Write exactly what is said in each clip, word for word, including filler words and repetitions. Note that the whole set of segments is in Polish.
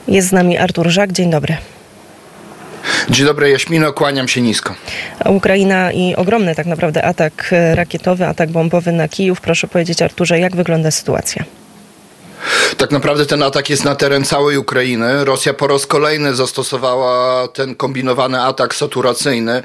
Jest z nami Artur Żak. Dzień dobry. Dzień dobry, Jaśmino, kłaniam się nisko. Ukraina i ogromny tak naprawdę atak rakietowy, atak bombowy na Kijów. Proszę powiedzieć, Arturze, jak wygląda sytuacja? Tak naprawdę ten atak jest na teren całej Ukrainy. Rosja po raz kolejny zastosowała ten kombinowany atak saturacyjny.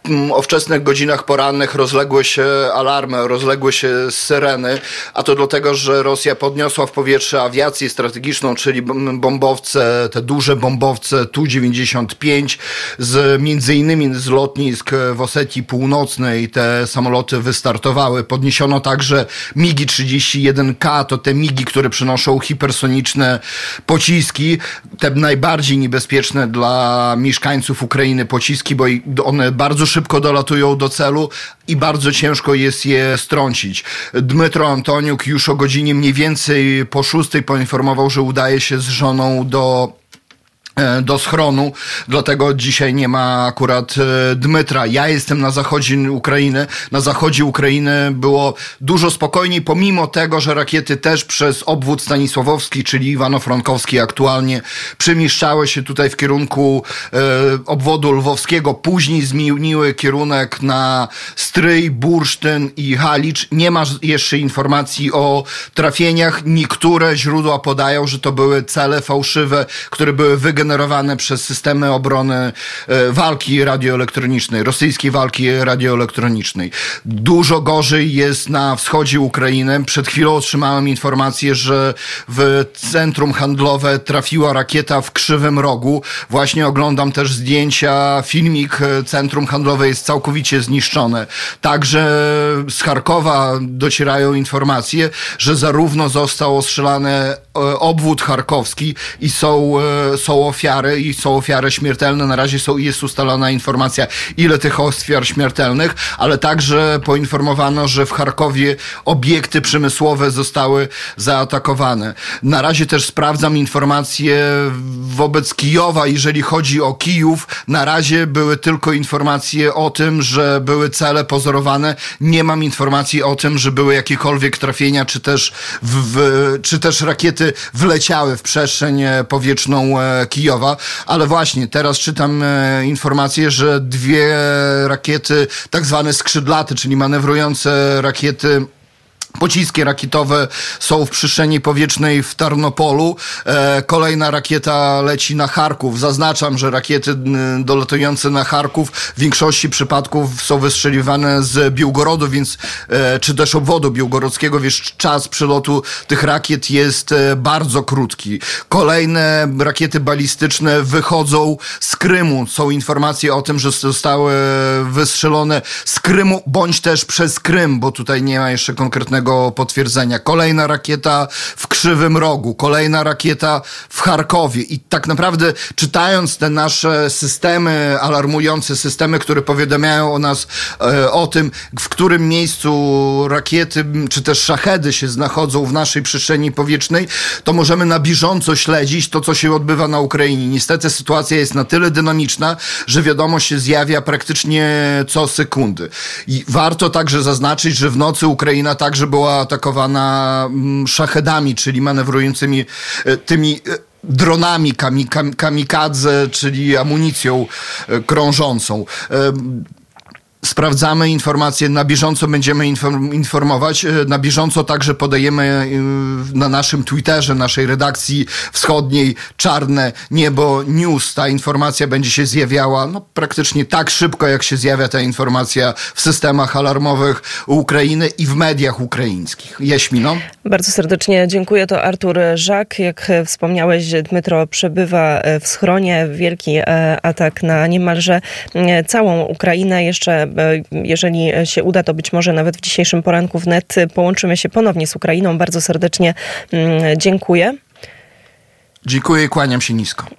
O wczesnych godzinach porannych rozległy się alarmy, rozległy się syreny, a to dlatego, że Rosja podniosła w powietrze awiację strategiczną, czyli bombowce, te duże bombowce Tu dziewięćdziesiąt pięć, z, między innymi z lotnisk w Osetii Północnej te samoloty wystartowały. Podniesiono także migi trzydzieści jeden K, to te migi, które przynoszą hipersoniczne pociski, te najbardziej niebezpieczne dla mieszkańców Ukrainy pociski, bo one bardzo szybko dolatują do celu i bardzo ciężko jest je strącić. Dmytro Antoniuk już o godzinie mniej więcej po szóstej poinformował, że udaje się z żoną do do schronu, dlatego dzisiaj nie ma akurat Dmytra. Ja jestem na zachodzie Ukrainy. Na zachodzie Ukrainy było dużo spokojniej, pomimo tego, że rakiety też przez obwód stanisławowski, czyli Iwano-Frankowski aktualnie przemieszczały się tutaj w kierunku e, obwodu lwowskiego. Później zmieniły kierunek na Stryj, Bursztyn i Halicz. Nie ma jeszcze informacji o trafieniach. Niektóre źródła podają, że to były cele fałszywe, które były wygenerowane generowane przez systemy obrony e, walki radioelektronicznej, rosyjskiej walki radioelektronicznej. Dużo gorzej jest na wschodzie Ukrainy. Przed chwilą otrzymałem informację, że w centrum handlowe trafiła rakieta w Krzywym Rogu. Właśnie oglądam też zdjęcia, filmik. Centrum handlowe jest całkowicie zniszczone. Także z Charkowa docierają informacje, że zarówno został ostrzelany e, obwód charkowski i są, e, są ofiary i są ofiary śmiertelne. Na razie są, jest ustalona informacja, ile tych ofiar śmiertelnych, ale także poinformowano, że w Charkowie obiekty przemysłowe zostały zaatakowane. Na razie też sprawdzam informacje wobec Kijowa, jeżeli chodzi o Kijów. Na razie były tylko informacje o tym, że były cele pozorowane. Nie mam informacji o tym, że były jakiekolwiek trafienia, czy też, w, w, czy też rakiety wleciały w przestrzeń powietrzną Kijowa, ale właśnie teraz czytam e, informację, że dwie rakiety, tak zwane skrzydlate, czyli manewrujące rakiety, pociski rakietowe są w przestrzeni powietrznej w Tarnopolu. E, kolejna rakieta leci na Charków. Zaznaczam, że rakiety y, dolatujące na Charków w większości przypadków są wystrzeliwane z Biłgorodu, więc e, czy też obwodu biłgorodzkiego, więc czas przylotu tych rakiet jest e, bardzo krótki. Kolejne rakiety balistyczne wychodzą z Krymu. Są informacje o tym, że zostały wystrzelone z Krymu, bądź też przez Krym, bo tutaj nie ma jeszcze konkretnego potwierdzenia. Kolejna rakieta w Krzywym Rogu, kolejna rakieta w Charkowie i tak naprawdę czytając te nasze systemy alarmujące, systemy, które powiadamiają o nas e, o tym, w którym miejscu rakiety czy też szachedy się znachodzą w naszej przestrzeni powietrznej, to możemy na bieżąco śledzić to, co się odbywa na Ukrainie. Niestety sytuacja jest na tyle dynamiczna, że wiadomo się zjawia praktycznie co sekundy. I warto także zaznaczyć, że w nocy Ukraina także była atakowana szachedami, czyli manewrującymi tymi dronami kami, kam, kamikadze, czyli amunicją krążącą. Sprawdzamy informacje, na bieżąco będziemy informować, na bieżąco także podajemy na naszym Twitterze, naszej redakcji wschodniej Czarne Niebo News. Ta informacja będzie się zjawiała no, praktycznie tak szybko, jak się zjawia ta informacja w systemach alarmowych Ukrainy i w mediach ukraińskich. Jaśmino? Bardzo serdecznie dziękuję. To Artur Żak. Jak wspomniałeś, Dmytro przebywa w schronie. Wielki atak na niemalże całą Ukrainę. Jeszcze jeżeli się uda, to być może nawet w dzisiejszym poranku wnet połączymy się ponownie z Ukrainą. Bardzo serdecznie dziękuję. Dziękuję i kłaniam się nisko.